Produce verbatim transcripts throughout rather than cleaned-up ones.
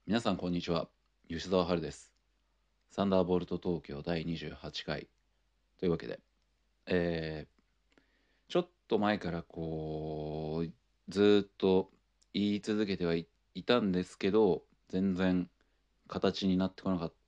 皆さんこんにちは。吉澤春です。サンダーボルト東京だいにじゅうはちかいというわけで、えーちょっと前からこうずーっと言い続けてはい、いたんですけど、全然形になってこなかった、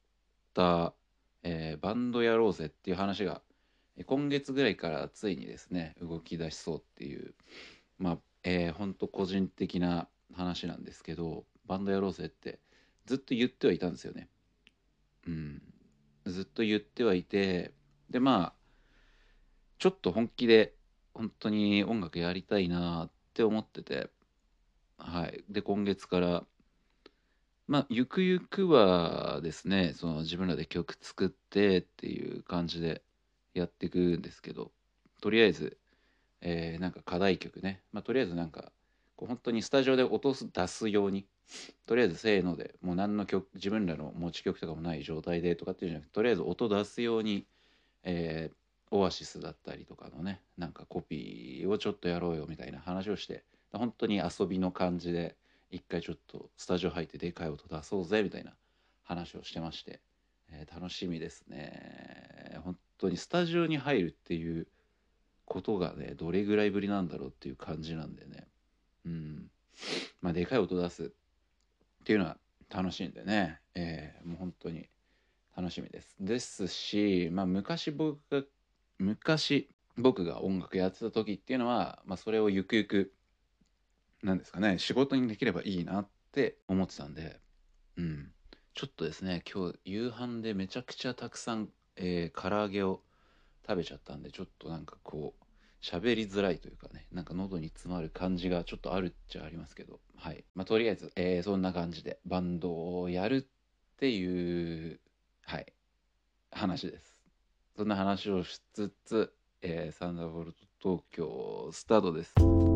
えーバンドやろうぜっていう話がえー今月ぐらいからついにですね動き出しそうっていう、まあえー、ほんと個人的な話なんですけど、バンドやろうぜってずっと言ってはいたんですよね。うん、ずっと言ってはいて、でまあちょっと本気で本当に音楽やりたいなって思ってて、はい。で今月からまあゆくゆくはですね、その自分らで曲作ってっていう感じでやっていくんですけど、とりあえず、えーなんか課題曲ね、まあとりあえずなんかこう本当にスタジオで音す出すように、とりあえずせーのでもう何の曲、自分らの持ち曲とかもない状態でとかっていうんじゃなくて、とりあえず音出すように、えーオアシスだったりとかのね、なんかコピーをちょっとやろうよみたいな話をして、本当に遊びの感じで一回ちょっとスタジオ入ってでかい音出そうぜみたいな話をしてまして、えー楽しみですね。本当にスタジオに入るっていうことがね、どれぐらいぶりなんだろうっていう感じなんでね。うん。まあでかい音出すっていうのは楽しいんでね、えーもう本当に楽しみです。ですし、まあ、昔僕が昔僕が音楽やってた時っていうのは、まあ、それをゆくゆくなんですかね、仕事にできればいいなって思ってたんで、うん、ちょっとですね今日夕飯でめちゃくちゃたくさん、えー唐揚げを食べちゃったんで、ちょっとなんかこう喋りづらいというかね、なんか喉に詰まる感じがちょっとあるっちゃありますけど、はい。まあ、とりあえず、えーそんな感じでバンドをやるっていう、はい、話です。そんな話をしつつ、えーサンダーボルト東京スタートです。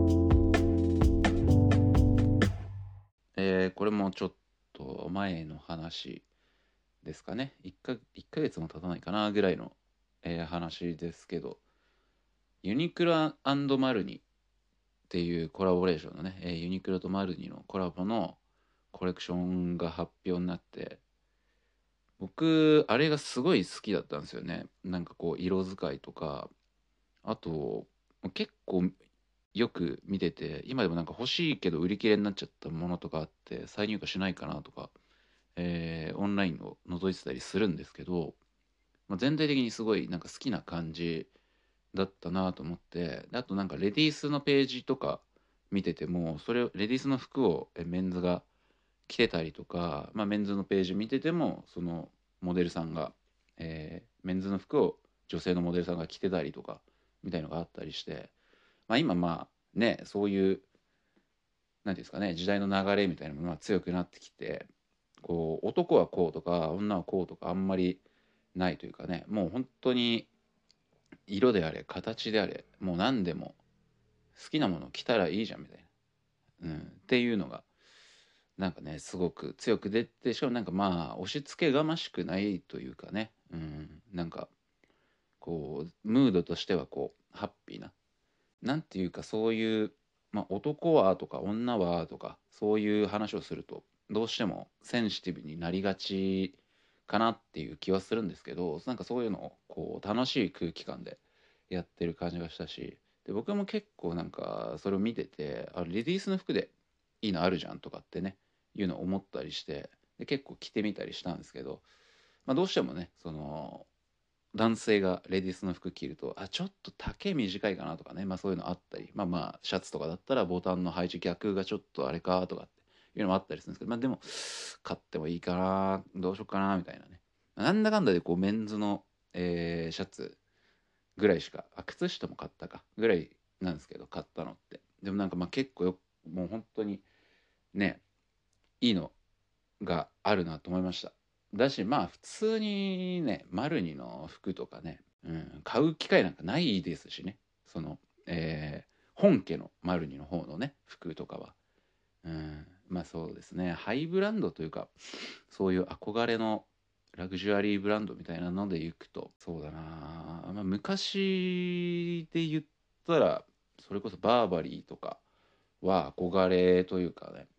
えーこれもちょっと前の話ですかね。1か、いっかげつも経たないかなぐらいの、えー話ですけど、ユニクロマルニっていうコラボレーションのね、えーユニクロとマルニのコラボのコレクションが発表になって、僕、あれがすごい好きだったんですよね。なんかこう、色使いとか、あと、結構よく見てて、今でもなんか欲しいけど売り切れになっちゃったものとかあって、再入荷しないかなとか、えーオンラインを覗いてたりするんですけど、まあ、全体的にすごいなんか好きな感じだったなと思って、であとなんかレディースのページとか見てても、それをレディースの服をえメンズが着てたりとか、まあ、メンズのページ見ててもそのモデルさんが、えーメンズの服を女性のモデルさんが着てたりとかみたいのがあったりして、まあ、今まあねそういうなんていうんですかね、時代の流れみたいなものが強くなってきて、こう男はこうとか女はこうとかあんまりないというかね、もう本当に色であれ形であれもう何でも好きなものを着たらいいじゃんみたいな、うん、っていうのがなんかねすごく強く出て、しかもなんかまあ押し付けがましくないというかね、うん、なんかこうムードとしてはこうハッピーな、なんていうかそういう、まあ、男はとか女はとかそういう話をするとどうしてもセンシティブになりがちかなっていう気はするんですけど、なんかそういうのをこう楽しい空気感でやってる感じがしたし、で僕も結構なんかそれを見てて、あレディースの服でいいのあるじゃんとかってねいうのを思ったりして、で結構着てみたりしたんですけど、まあ、どうしてもねその男性がレディースの服着ると、あちょっと丈短いかなとかね、まあそういうのあったり、まあまあシャツとかだったらボタンの配置逆がちょっとあれかとかっていうのもあったりするんですけど、まあでも買ってもいいかな、どうしようかなみたいなね、なんだかんだでこうメンズの、えーシャツぐらいしか、あ靴下も買ったかぐらいなんですけど買ったのって、でもなんかまあ結構よもう本当にねいいのがあるなと思いました。だしまあ普通にねマルニの服とかね、うん、買う機会なんかないですしね、その、えー本家のマルニの方のね服とかは、うん、まあそうですねハイブランドというかそういう憧れのラグジュアリーブランドみたいなので行くと、そうだな、まあ、昔で言ったらそれこそバーバリーとかは憧れというかね、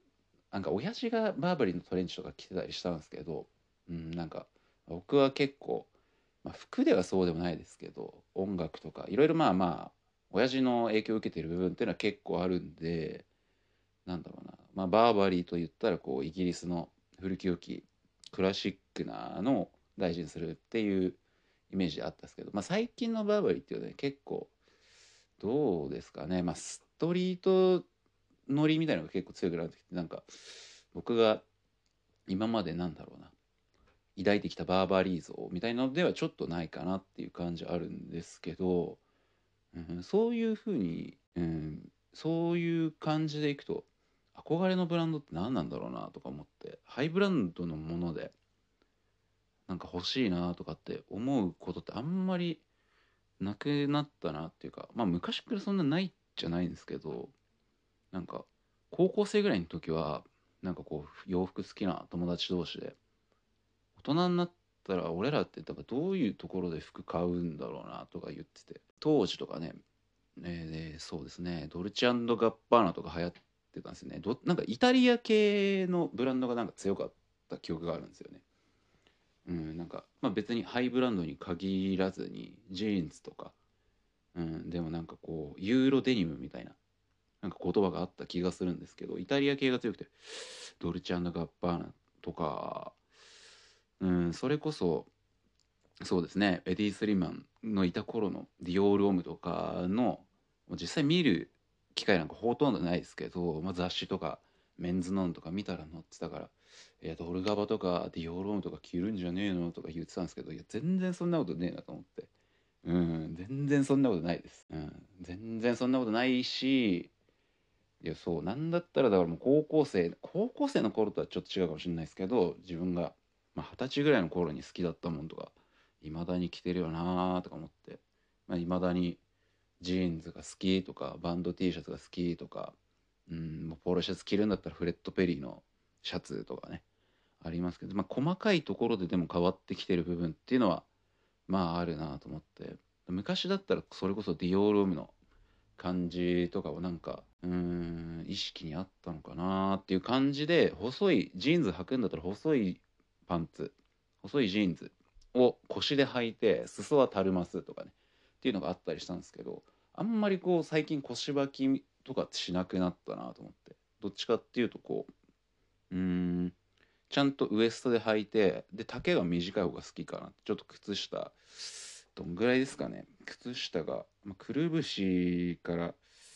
なんか親父がバーバリーのトレンチとか着てたりしたんですけど、うん、なんか僕は結構、まあ、服ではそうでもないですけど音楽とかいろいろまあまあ親父の影響を受けてる部分っていうのは結構あるんで、なんだろうな、まあ、バーバリーと言ったらこうイギリスの古き良きクラシックなのを大事にするっていうイメージであったんですけど、まあ、最近のバーバリーっていうのはね結構どうですかね、まあ、ストリートノリみたいなのが結構強くなってきて、なんか僕が今までなんだろうな抱いてきたバーバリー像みたいなのではちょっとないかなっていう感じあるんですけど、うん、そういうふうに、うん、そういう感じでいくと憧れのブランドって何なんだろうなとか思って、ハイブランドのものでなんか欲しいなとかって思うことってあんまりなくなったなっていうか、まあ昔からそんなないじゃないんですけど、なんか高校生ぐらいの時はなんかこう洋服好きな友達同士で大人になったら俺らって多分どういうところで服買うんだろうなとか言ってて、当時とかね、えーそうですね、ドルチアンドガッバーナとか流行ってたんですよね。どなんかイタリア系のブランドがなんか強かった記憶があるんですよね。うん、なんか、まあ、別にハイブランドに限らずにジーンズとか、うん、でもなんかこうユーロデニムみたいななんか言葉があった気がするんですけど、イタリア系が強くてドルチアンドガッバーナとか、うん、それこそそうですね、エディ・スリマンのいた頃のディオール・オムとかの実際見る機会なんかほとんどないですけど、まあ、雑誌とかメンズノンとか見たら載ってたから、いやドルガバとかディオール・オムとか着るんじゃねえのとか言ってたんですけど、いや全然そんなことねえなと思って、うん全然そんなことないです、うん、全然そんなことないし、いやそうなんだったらだからもう高校生高校生の頃とはちょっと違うかもしれないですけど、自分がまあ二十歳ぐらいの頃に好きだったもんとかいまだに着てるよなーとか思って、まあ、未だにジーンズが好きとかバンド T シャツが好きとか、うん、もうポロシャツ着るんだったらフレッド・ペリーのシャツとかねありますけど、まあ、細かいところででも変わってきてる部分っていうのはまああるなと思って、昔だったらそれこそディオール・オムの感じとかをなんかうーん意識にあったのかなっていう感じで、細いジーンズ履くんだったら細いパンツ細いジーンズを腰で履いて裾はたるますとかねっていうのがあったりしたんですけど、あんまりこう最近腰履きとかしなくなったなと思って、どっちかっていうとこううーんちゃんとウエストで履いて、で丈が短い方が好きかな。ちょっと靴下どんぐらいですかね、靴下が、まあ、くるぶしから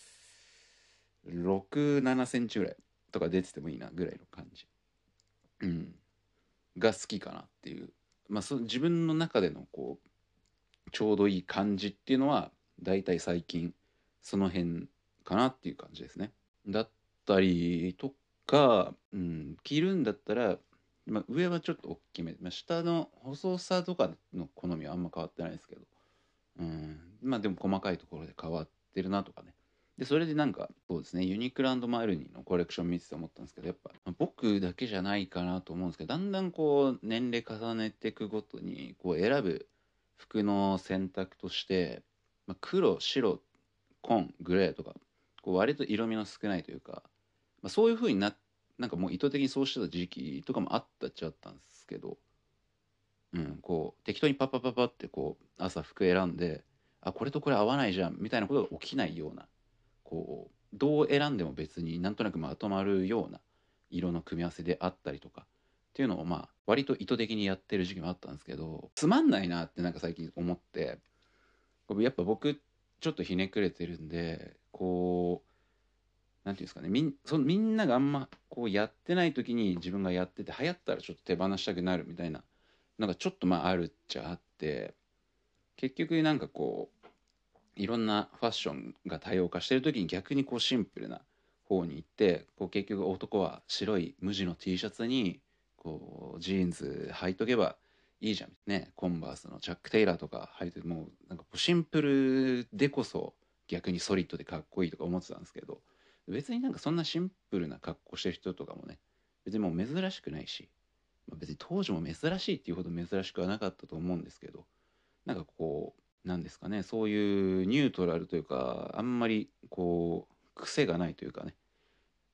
ろく、ななセンチぐらいとか出ててもいいなぐらいの感じ、うん、が好きかなっていう、まあそ自分の中でのこうちょうどいい感じっていうのはだいたい最近その辺かなっていう感じですね。だったりとか、うん、着るんだったら、まあ、上はちょっと大きめ、まあ、下の細さとかの好みはあんま変わってないですけど、うん、まあでも細かいところで変わってるなとかね。でそれでなんかそうですね、ユニクロマイルニーのコレクション見てて思ったんですけど、やっぱ僕だけじゃないかなと思うんですけど、だんだんこう年齢重ねていくごとにこう選ぶ服の選択として、まあ、黒白紺グレーとかこう割と色味の少ないというか、まあ、そういう風にななんかもう意図的にそうしてた時期とかもあったっちゃあったんですけど、うん、こう適当にパッパッパッパってこう朝服選んで、あこれとこれ合わないじゃんみたいなことが起きないような、こうどう選んでも別になんとなくまとまるような色の組み合わせであったりとかっていうのをまあ割と意図的にやってる時期もあったんですけど、つまんないなってなんか最近思って、こうやっぱ僕ちょっとひねくれてるんで、こうなんていうんですかね、みんそのみんながあんまこうやってない時に自分がやってて流行ったらちょっと手放したくなるみたいな、なんかちょっとまああるっちゃあって、結局なんかこういろんなファッションが多様化してる時に逆にこうシンプルな方に行って、こう結局男は白い無地の T シャツにこうジーンズ履いとけばいいじゃんね、コンバースのチャック・テイラーとか履いて、もうなんかこうシンプルでこそ逆にソリッドでかっこいいとか思ってたんですけど、別になんかそんなシンプルな格好してる人とかもね別にもう珍しくないし、まあ、別に当時も珍しいっていうほど珍しくはなかったと思うんですけど、なんかこうなんですかね、そういうニュートラルというかあんまりこう癖がないというかね、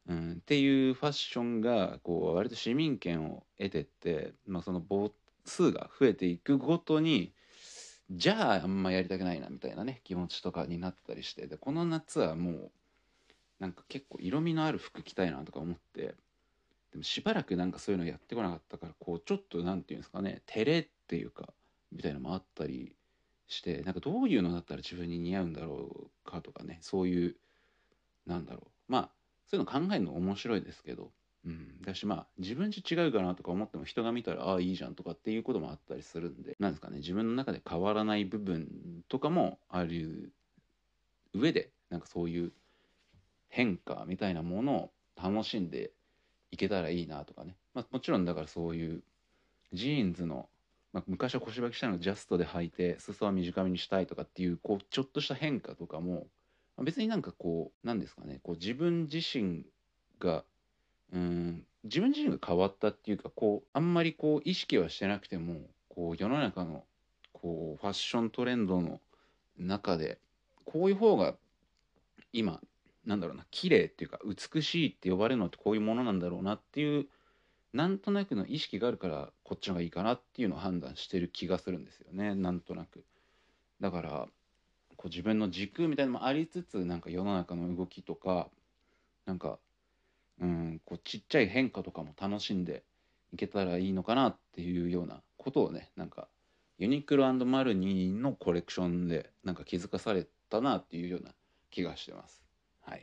うん、っていうファッションがこう割と市民権を得てって、まあ、その母数が増えていくごとにじゃああんまやりたくないなみたいなね気持ちとかになったりして、でこの夏はもうなんか結構色味のある服着たいなとか思って、でもしばらくなんかそういうのやってこなかったから、こうちょっとなんていうんですかね、照れっていうかみたいなのもあったりして、なんかどういうのだったら自分に似合うんだろうかとかね、そういうなんだろう、まあそういうの考えるの面白いですけど、うん、だしまあ自分ち違うかなとか思っても人が見たらああいいじゃんとかっていうこともあったりするんで、なんですかね、自分の中で変わらない部分とかもある上で、なんかそういう変化みたいなものを楽しんでいけたらいいなとかね、まあ、もちろんだからそういうジーンズの、まあ、昔は腰履きしたのをジャストで履いて裾は短めにしたいとかっていうこうちょっとした変化とかも、まあ別になんかこうなんですかね、こう自分自身がうーん自分自身が変わったっていうか、こうあんまりこう意識はしてなくてもこう世の中のこうファッショントレンドの中でこういう方が今なんだろうな、綺麗っていうか美しいって呼ばれるのってこういうものなんだろうなっていうなんとなくの意識があるからこっちの方がいいかなっていうのを判断してる気がするんですよね、なんとなく。だからこう自分の軸みたいなのもありつつ、なんか世の中の動きとかなんかうんこうちっちゃい変化とかも楽しんでいけたらいいのかなっていうようなことをね、なんかユニクロマルニのコレクションでなんか気づかされたなっていうような気がしてます。はい。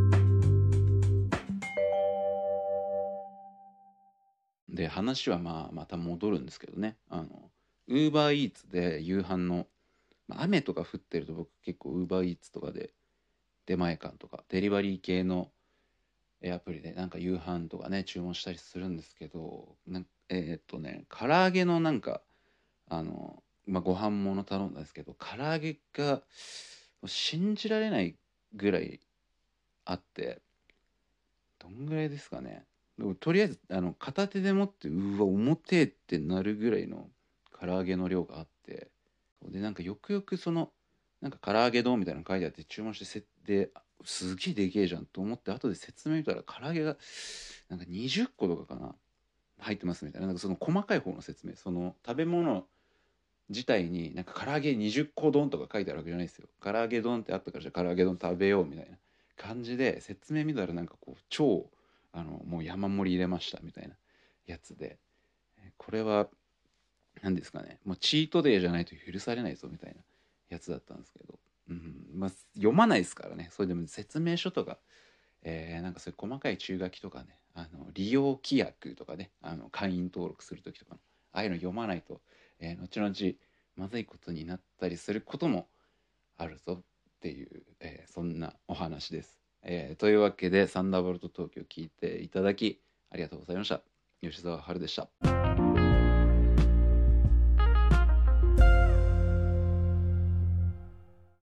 で話はまあまた戻るんですけどね、あのウーバーイーツで夕飯の、まあ、雨とか降ってると僕結構ウーバーイーツとかで出前館とかデリバリー系のアプリでなんか夕飯とかね注文したりするんですけど、なんえーっとね唐揚げのなんかあの、まあ、ご飯もの頼んだんですけど、唐揚げが信じられないぐらいあって、どんぐらいですかね。でもとりあえずあの片手で持ってうわ重てえってなるぐらいの唐揚げの量があって、でなんかよくよくそのなんか唐揚げ丼みたいなの書いてあって注文してせで、すげえでけえじゃんと思って後で説明見たら唐揚げがなんかにじゅっことかかな入ってますみたいな、なんかその細かい方の説明、その食べ物自体になんか唐揚げにじゅっこ丼とか書いてあるわけじゃないですよ。唐揚げ丼ってあったからじゃあ唐揚げ丼食べようみたいな感じで説明見たらなんかこう超あのもう山盛り入れましたみたいなやつで、これは何ですかね、もうチートデーじゃないと許されないぞみたいなやつだったんですけど、うんまあ、読まないですからね。それでも説明書とか、えーなんかそういう細かい注書きとかね、あの利用規約とかね、あの会員登録する時とかのああいうの読まないと、えー後々まずいことになったりすることもあるぞっていう、えーそんなお話です。えーというわけでサンダーボルト東京聞いていただきありがとうございました。吉澤春でした。